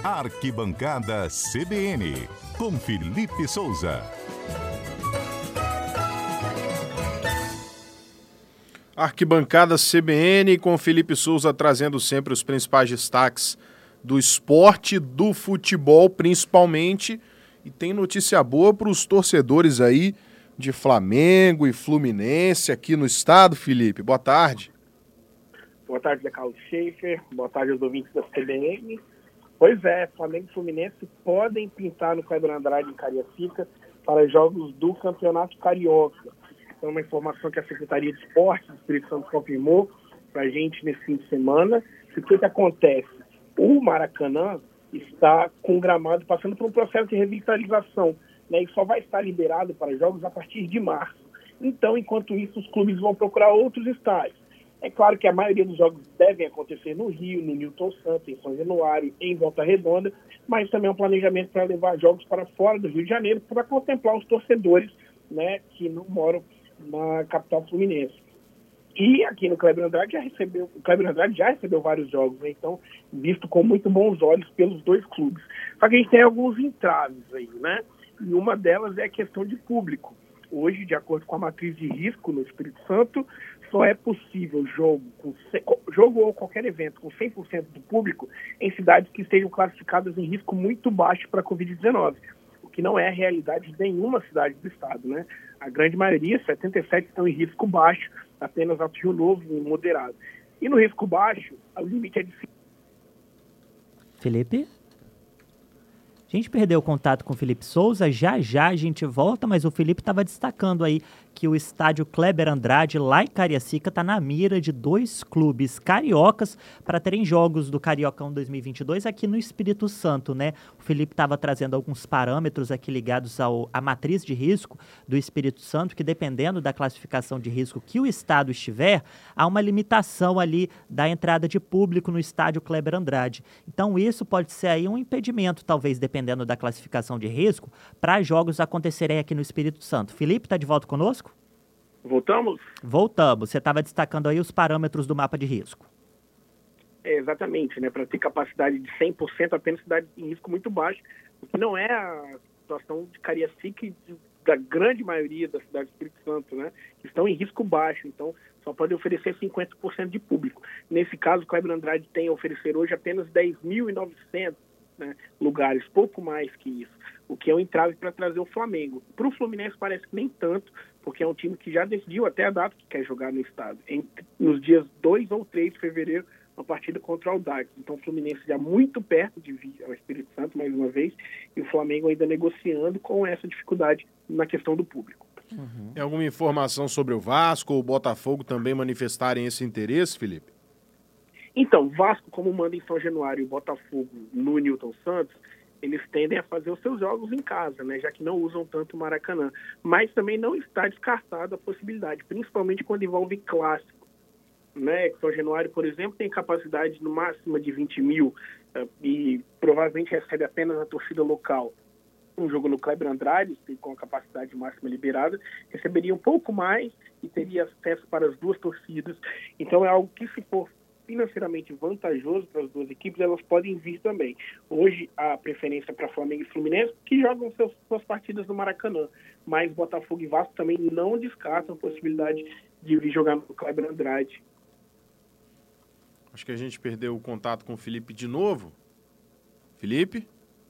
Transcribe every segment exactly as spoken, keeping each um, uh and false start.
Arquibancada C B N, com Felipe Souza. Arquibancada C B N com Felipe Souza trazendo sempre os principais destaques do esporte, do futebol principalmente. E tem notícia boa para os torcedores aí de Flamengo e Fluminense aqui no estado, Felipe. Boa tarde. Boa tarde, Zé Carlos Schaefer. Boa tarde aos ouvintes da C B N. Pois é, Flamengo e Fluminense podem pintar no Kleber Andrade em Cariacica para jogos do Campeonato Carioca. É uma informação que a Secretaria de Esportes do Espírito Santo confirmou para a gente nesse fim de semana. O que, que acontece? O Maracanã está com o gramado passando por um processo de revitalização, né, e só vai estar liberado para jogos a partir de março. Então, enquanto isso, os clubes vão procurar outros estádios. É claro que a maioria dos jogos devem acontecer no Rio, no Newton Santos, em São Januário, em Volta Redonda, mas também é um planejamento para levar jogos para fora do Rio de Janeiro para contemplar os torcedores, né, que não moram na capital fluminense. E aqui no Kleber Andrade já recebeu, o Kleber Andrade já recebeu vários jogos, né, então visto com muito bons olhos pelos dois clubes. Só que a gente tem alguns entraves aí, né? E uma delas é a questão de público. Hoje, de acordo com a matriz de risco no Espírito Santo, só é possível jogo, com, jogo ou qualquer evento com cem por cento do público em cidades que estejam classificadas em risco muito baixo para a covid dezenove, o que não é a realidade de nenhuma cidade do estado, né? A grande maioria, setenta e sete, estão em risco baixo, apenas Alto Rio Novo e moderado. E no risco baixo, o limite é de... Felipe? A gente perdeu o contato com o Felipe Souza, já já a gente volta, mas o Felipe estava destacando aí que o estádio Kleber Andrade, lá em Cariacica, está na mira de dois clubes cariocas para terem jogos do Cariocão dois mil e vinte e dois aqui no Espírito Santo, né? O Felipe estava trazendo alguns parâmetros aqui ligados ao, à matriz de risco do Espírito Santo, que dependendo da classificação de risco que o estado estiver, há uma limitação ali da entrada de público no estádio Kleber Andrade. Então isso pode ser aí um impedimento, talvez, dependendo da classificação de risco, para jogos acontecerem aqui no Espírito Santo. Felipe, está de volta conosco? Voltamos? Voltamos. Você estava destacando aí os parâmetros do mapa de risco. É, exatamente, né? Para ter capacidade de cem por cento, apenas cidade em risco muito baixo, o que não é a situação de Cariacica e de, da grande maioria das cidades do Espírito Santo, né? Que estão em risco baixo, então só pode oferecer cinquenta por cento de público. Nesse caso, o Kleber Andrade tem a oferecer hoje apenas dez mil e novecentos, né, lugares, pouco mais que isso, o que é um entrave para trazer o Flamengo. Para o Fluminense parece que nem tanto, porque é um time que já decidiu até a data que quer jogar no estado, entre, nos dias dois ou três de fevereiro, uma partida contra o Audax. Então o Fluminense já muito perto de vir ao Espírito Santo mais uma vez, e o Flamengo ainda negociando com essa dificuldade na questão do público. Uhum. Tem alguma informação sobre o Vasco ou o Botafogo também manifestarem esse interesse, Felipe? Então, Vasco, como manda em São Januário e o Botafogo no Newton Santos, eles tendem a fazer os seus jogos em casa, né, já que não usam tanto o Maracanã. Mas também não está descartada a possibilidade, principalmente quando envolve clássico. Né? São Januário, por exemplo, tem capacidade no máximo de vinte mil uh, e provavelmente recebe apenas a torcida local. Um jogo no Kleber Andrade, com a capacidade máxima liberada, receberia um pouco mais e teria acesso para as duas torcidas. Então é algo que, se for financeiramente vantajoso para as duas equipes, elas podem vir também. Hoje, a preferência para Flamengo e Fluminense, que jogam seus, suas partidas no Maracanã, mas Botafogo e Vasco também não descartam a possibilidade de vir jogar no Kleber Andrade. Acho que a gente perdeu o contato com o Felipe de novo. Felipe?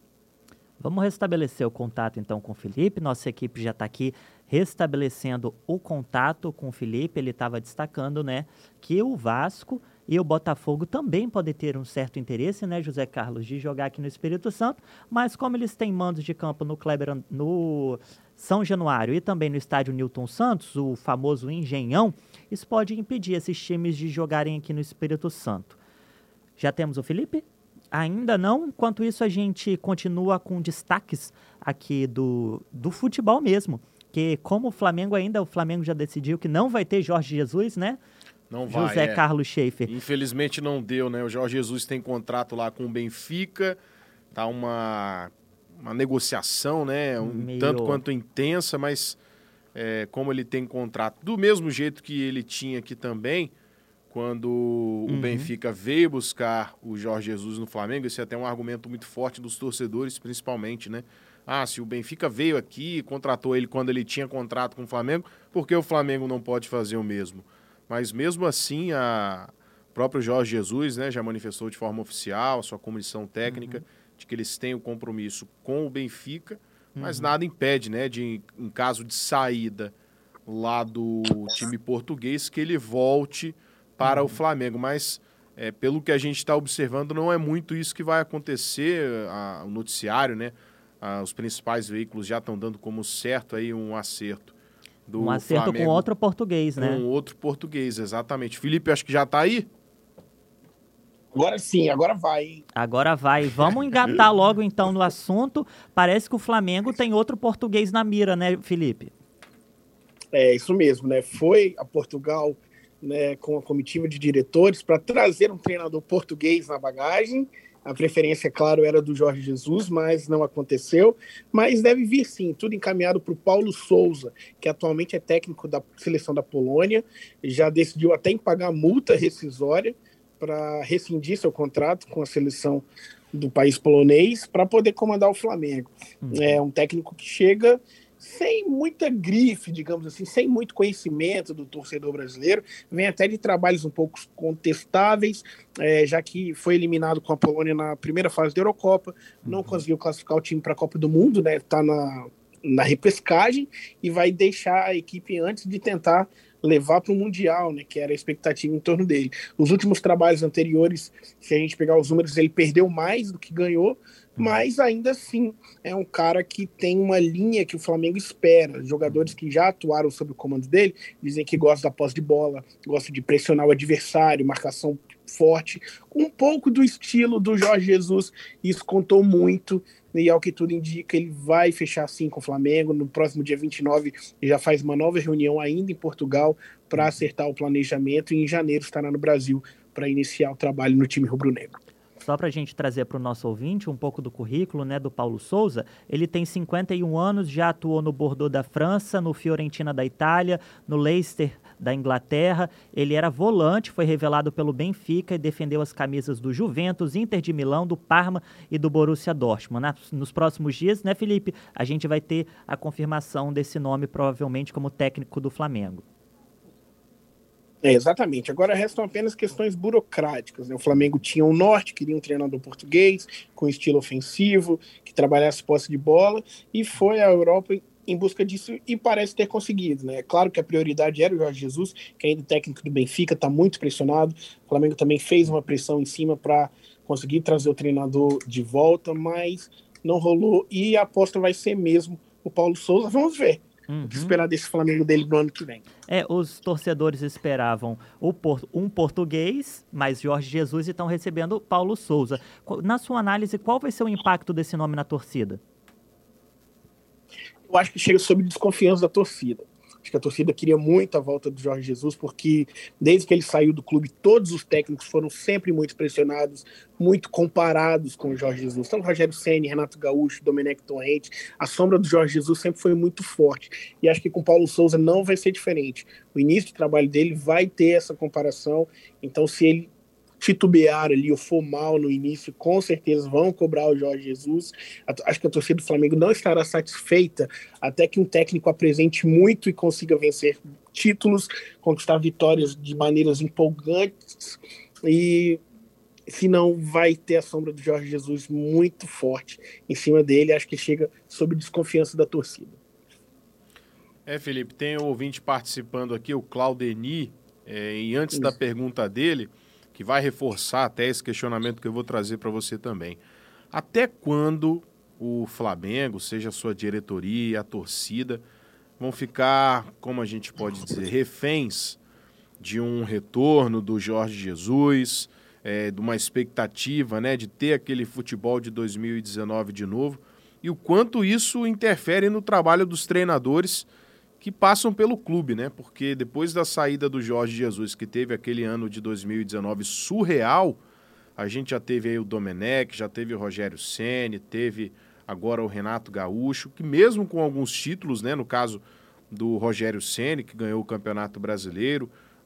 Vamos restabelecer o contato, então, com o Felipe. Nossa equipe já está aqui restabelecendo o contato com o Felipe. Ele estava destacando, né, que o Vasco e o Botafogo também podem ter um certo interesse, né, José Carlos, de jogar aqui no Espírito Santo, mas como eles têm mandos de campo no Kleber, no São Januário e também no estádio Newton Santos, o famoso Engenhão, isso pode impedir esses times de jogarem aqui no Espírito Santo. Já temos o Felipe? Ainda não. Enquanto isso, a gente continua com destaques aqui do, do futebol mesmo, que como o Flamengo ainda, o Flamengo já decidiu que não vai ter Jorge Jesus, né? Não vai, José é. Carlos Schaefer. Infelizmente não deu, né? O Jorge Jesus tem contrato lá com o Benfica, tá uma, uma negociação, né? Um Meio... tanto quanto intensa, mas é, como ele tem contrato do mesmo jeito que ele tinha aqui também, quando Uhum. o Benfica veio buscar o Jorge Jesus no Flamengo. Esse é até um argumento muito forte dos torcedores, principalmente, né? Ah, se o Benfica veio aqui e contratou ele quando ele tinha contrato com o Flamengo, por que o Flamengo não pode fazer o mesmo? Mas mesmo assim, a... o próprio Jorge Jesus, né, já manifestou de forma oficial, a sua comissão técnica, uhum. de que eles têm o um compromisso com o Benfica, mas uhum. nada impede, né, de, em caso de saída lá do time português, que ele volte para uhum. o Flamengo. Mas, é, pelo que a gente está observando, não é muito isso que vai acontecer. A, o noticiário, né, a, os principais veículos já estão dando como certo aí um acerto do Um acerto Flamengo com outro português, né? Com outro português, exatamente. Felipe, acho que já está aí? Agora sim, agora vai, hein? Agora vai. Vamos engatar logo então no assunto. Parece que o Flamengo tem outro português na mira, né, Felipe? É, isso mesmo, né? Foi a Portugal, né, com a comitiva de diretores para trazer um treinador português na bagagem. A preferência, é claro, era do Jorge Jesus, mas não aconteceu. Mas deve vir sim, tudo encaminhado para o Paulo Sousa, que atualmente é técnico da seleção da Polônia. Já decidiu até em pagar multa rescisória para rescindir seu contrato com a seleção do país polonês para poder comandar o Flamengo. Uhum. É um técnico que chega sem muita grife, digamos assim, sem muito conhecimento do torcedor brasileiro, vem até de trabalhos um pouco contestáveis, é, já que foi eliminado com a Polônia na primeira fase da Eurocopa, não uhum. conseguiu classificar o time para a Copa do Mundo, né? Tá na, na repescagem e vai deixar a equipe antes de tentar levar para o Mundial, né, que era a expectativa em torno dele. Os últimos trabalhos anteriores, se a gente pegar os números, ele perdeu mais do que ganhou, mas ainda assim é um cara que tem uma linha que o Flamengo espera. Jogadores que já atuaram sob o comando dele dizem que gosta da posse de bola, gosta de pressionar o adversário, marcação forte, um pouco do estilo do Jorge Jesus. Isso contou muito e, ao que tudo indica, ele vai fechar sim com o Flamengo. No próximo dia vinte e nove ele já faz uma nova reunião ainda em Portugal para acertar o planejamento e em janeiro estará no Brasil para iniciar o trabalho no time rubro-negro. Só para a gente trazer para o nosso ouvinte um pouco do currículo, né, do Paulo Sousa, ele tem cinquenta e um anos, já atuou no Bordeaux da França, no Fiorentina da Itália, no Leicester da Inglaterra. Ele era volante, foi revelado pelo Benfica e defendeu as camisas do Juventus, Inter de Milão, do Parma e do Borussia Dortmund. Nos próximos dias, né, Felipe, a gente vai ter a confirmação desse nome, provavelmente como técnico do Flamengo. É, exatamente. Agora restam apenas questões burocráticas, né? O Flamengo tinha um norte, queria um treinador português com estilo ofensivo, que trabalhasse posse de bola, e foi à Europa em busca disso e parece ter conseguido, né? É claro que a prioridade era o Jorge Jesus, que ainda o técnico do Benfica está muito pressionado. O Flamengo também fez uma pressão em cima para conseguir trazer o treinador de volta, mas não rolou e a aposta vai ser mesmo o Paulo Sousa. Vamos ver. Uhum. O que esperar desse Flamengo dele no ano que vem. É, os torcedores esperavam o por, um português, mas Jorge Jesus, e estão recebendo Paulo Sousa. Na sua análise, qual vai ser o impacto desse nome na torcida? Eu acho que chega sob desconfiança da torcida. Acho que a torcida queria muito a volta do Jorge Jesus, porque desde que ele saiu do clube, todos os técnicos foram sempre muito pressionados, muito comparados com o Jorge Jesus. Então, Rogério Ceni, Renato Gaúcho, Domenech Torrente, a sombra do Jorge Jesus sempre foi muito forte. E acho que com o Paulo Sousa não vai ser diferente. O início de trabalho dele vai ter essa comparação. Então, se ele titubear ali ou for mal no início, com certeza vão cobrar o Jorge Jesus. Acho que a torcida do Flamengo não estará satisfeita até que um técnico apresente muito e consiga vencer títulos, conquistar vitórias de maneiras empolgantes, e senão vai ter a sombra do Jorge Jesus muito forte em cima dele. Acho que chega sob desconfiança da torcida. É, Felipe, tem um ouvinte participando aqui, o Claudeni, é, e antes Isso. da pergunta dele, que vai reforçar até esse questionamento que eu vou trazer para você também. Até quando o Flamengo, seja a sua diretoria, a torcida, vão ficar, como a gente pode dizer, reféns de um retorno do Jorge Jesus, é, de uma expectativa, né, de ter aquele futebol de dois mil e dezenove de novo, e o quanto isso interfere no trabalho dos treinadores que passam pelo clube, né? Porque depois da saída do Jorge Jesus, que teve aquele ano de dois mil e dezenove surreal, a gente já teve aí o Domenech, já teve o Rogério Ceni, teve agora o Renato Gaúcho, que mesmo com alguns títulos, né? No caso do Rogério Ceni, que ganhou o Campeonato Brasileiro,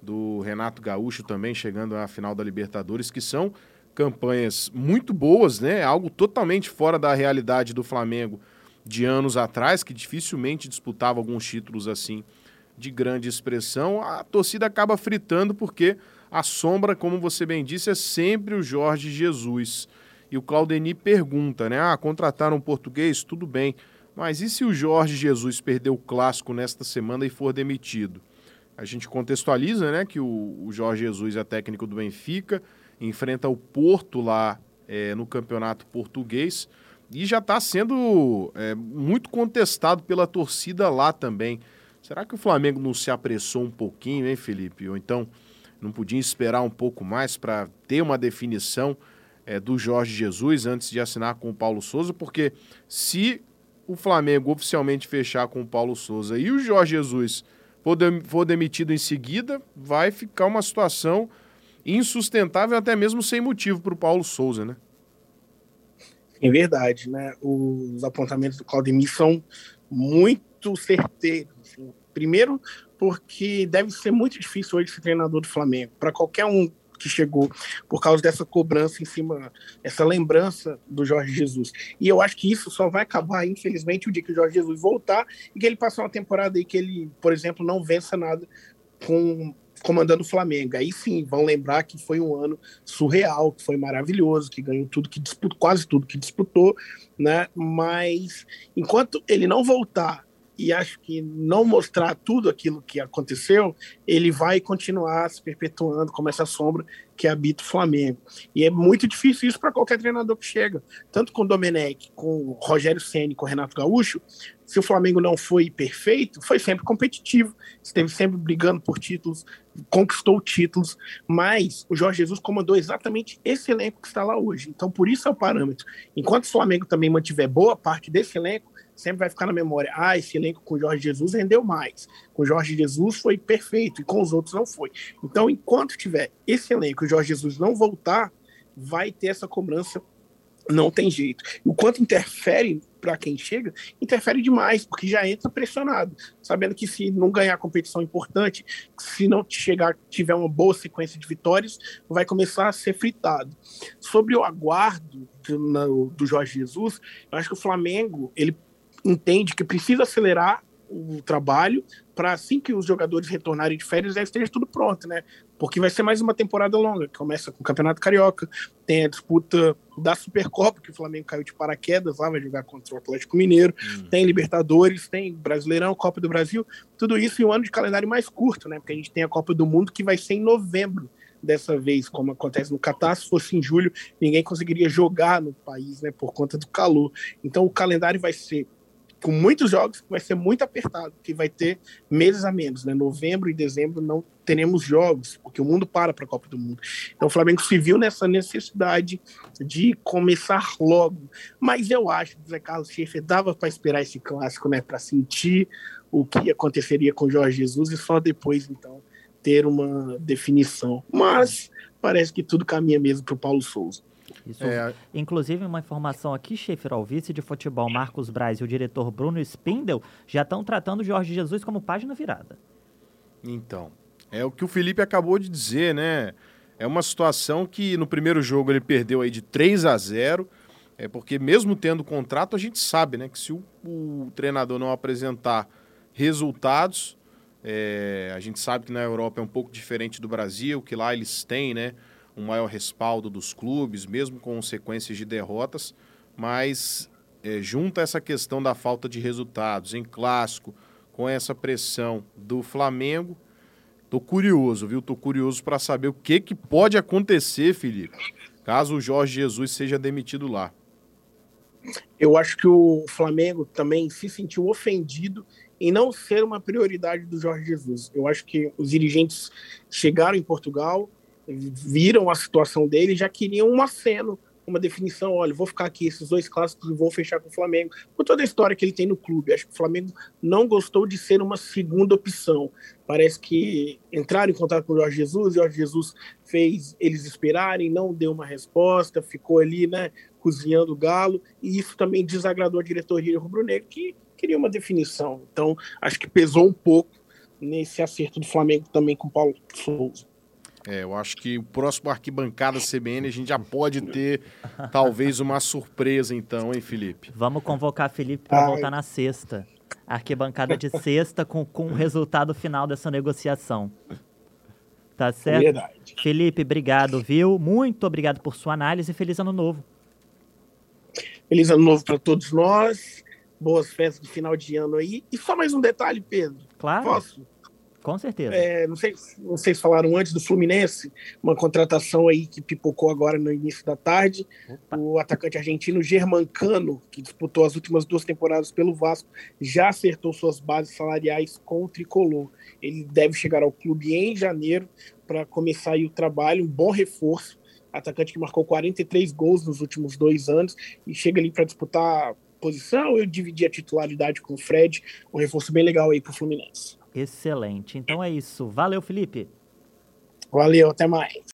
do Renato Gaúcho também chegando à final da Libertadores, que são campanhas muito boas, né? Algo totalmente fora da realidade do Flamengo de anos atrás, que dificilmente disputava alguns títulos assim de grande expressão. A torcida acaba fritando porque a sombra, como você bem disse, é sempre o Jorge Jesus. E o Claudemir pergunta, né? Ah, contrataram um português? Tudo bem. Mas e se o Jorge Jesus perder o clássico nesta semana e for demitido? A gente contextualiza, né, que o, o Jorge Jesus é técnico do Benfica, enfrenta o Porto lá é, no campeonato português e já está sendo é, muito contestado pela torcida lá também. Será que o Flamengo não se apressou um pouquinho, hein, Felipe? Ou então não podia esperar um pouco mais para ter uma definição é, do Jorge Jesus antes de assinar com o Paulo Souza? Porque se o Flamengo oficialmente fechar com o Paulo Souza e o Jorge Jesus for, de, for demitido em seguida, vai ficar uma situação insustentável, até mesmo sem motivo para o Paulo Souza, né? É verdade, né? Os apontamentos do Claudemir são muito certeiros. Assim. Primeiro, porque deve ser muito difícil hoje ser treinador do Flamengo. Para qualquer um que chegou por causa dessa cobrança em cima, essa lembrança do Jorge Jesus. E eu acho que isso só vai acabar, infelizmente, o dia que o Jorge Jesus voltar e que ele passar uma temporada aí que ele, por exemplo, não vença nada com comandando o Flamengo. Aí sim, vão lembrar que foi um ano surreal, que foi maravilhoso, que ganhou tudo que disputou, quase tudo que disputou, né? Mas enquanto ele não voltar e acho que não mostrar tudo aquilo que aconteceu, ele vai continuar se perpetuando como essa sombra que habita o Flamengo. E é muito difícil isso para qualquer treinador que chega. Tanto com o Domenech, com o Rogério Ceni, com o Renato Gaúcho, se o Flamengo não foi perfeito, foi sempre competitivo, esteve sempre brigando por títulos, conquistou títulos, mas o Jorge Jesus comandou exatamente esse elenco que está lá hoje. Então, por isso é o parâmetro. Enquanto o Flamengo também mantiver boa parte desse elenco, sempre vai ficar na memória, ah, esse elenco com o Jorge Jesus rendeu mais, com o Jorge Jesus foi perfeito e com os outros não foi. Então, enquanto tiver esse elenco e o Jorge Jesus não voltar, vai ter essa cobrança, não tem jeito. E o quanto interfere para quem chega, interfere demais, porque já entra pressionado, sabendo que se não ganhar competição importante, se não chegar, tiver uma boa sequência de vitórias, vai começar a ser fritado. Sobre o aguardo do, do Jorge Jesus, eu acho que o Flamengo, ele entende que precisa acelerar o trabalho para assim que os jogadores retornarem de férias já esteja tudo pronto, né? Porque vai ser mais uma temporada longa, que começa com o Campeonato Carioca, tem a disputa da Supercopa, que o Flamengo caiu de paraquedas lá, vai jogar contra o Atlético Mineiro, hum. tem Libertadores, tem Brasileirão, Copa do Brasil, tudo isso em um ano de calendário mais curto, né? Porque a gente tem a Copa do Mundo que vai ser em novembro, dessa vez, como acontece no Catar, se fosse em julho, ninguém conseguiria jogar no país, né? Por conta do calor. Então o calendário vai ser com muitos jogos, que vai ser muito apertado, que vai ter meses a menos, né? Novembro e dezembro não teremos jogos, porque o mundo para para a Copa do Mundo. Então o Flamengo se viu nessa necessidade de começar logo. Mas eu acho que o Zé Carlos Schaefer dava para esperar esse clássico, né? Para sentir o que aconteceria com o Jorge Jesus e só depois, então, ter uma definição. Mas parece que tudo caminha mesmo para o Paulo Souza. Isso, é... Inclusive, uma informação aqui, Schaefer, o vice de futebol Marcos Braz e o diretor Bruno Spindel já estão tratando o Jorge Jesus como página virada. Então, é o que o Felipe acabou de dizer, né? É uma situação que no primeiro jogo ele perdeu aí de três a zero, é porque mesmo tendo contrato, a gente sabe, né, que se o, o treinador não apresentar resultados, é, a gente sabe que na Europa é um pouco diferente do Brasil, que lá eles têm, né, um maior respaldo dos clubes, mesmo com sequências de derrotas, mas é, junta essa questão da falta de resultados em clássico, com essa pressão do Flamengo, tô curioso, viu? Tô curioso para saber o que, que pode acontecer, Felipe, caso o Jorge Jesus seja demitido lá. Eu acho que o Flamengo também se sentiu ofendido em não ser uma prioridade do Jorge Jesus. Eu acho que os dirigentes chegaram em Portugal, viram a situação dele e já queriam um aceno, uma definição, olha, vou ficar aqui esses dois clássicos e vou fechar com o Flamengo, por toda a história que ele tem no clube. Acho que o Flamengo não gostou de ser uma segunda opção. Parece que entraram em contato com o Jorge Jesus, e o Jorge Jesus fez eles esperarem, não deu uma resposta, ficou ali, né, cozinhando o galo, e isso também desagradou a diretoria rubro-negra, que queria uma definição. Então, acho que pesou um pouco nesse acerto do Flamengo também com o Paulo Souza. É, eu acho que o próximo Arquibancada C B N a gente já pode ter talvez uma surpresa então, hein, Felipe? Vamos convocar Felipe para Ai. voltar na sexta. Arquibancada de sexta com, com o resultado final dessa negociação. Tá certo? Verdade. Felipe, obrigado, viu? Muito obrigado por sua análise e feliz ano novo. Feliz ano novo para todos nós. Boas festas de final de ano aí. E só mais um detalhe, Pedro. Claro. Posso? Com certeza. É, não sei, não sei se falaram antes do Fluminense, uma contratação aí que pipocou agora no início da tarde. Opa. O atacante argentino Germancano, que disputou as últimas duas temporadas pelo Vasco, já acertou suas bases salariais com o Tricolor. Ele deve chegar ao clube em janeiro para começar aí o trabalho, um bom reforço. Atacante que marcou quarenta e três gols nos últimos dois anos e chega ali para disputar posição. Eu dividi a titularidade com o Fred, um reforço bem legal aí para o Fluminense. Excelente. Então é isso. Valeu, Felipe. Valeu, até mais.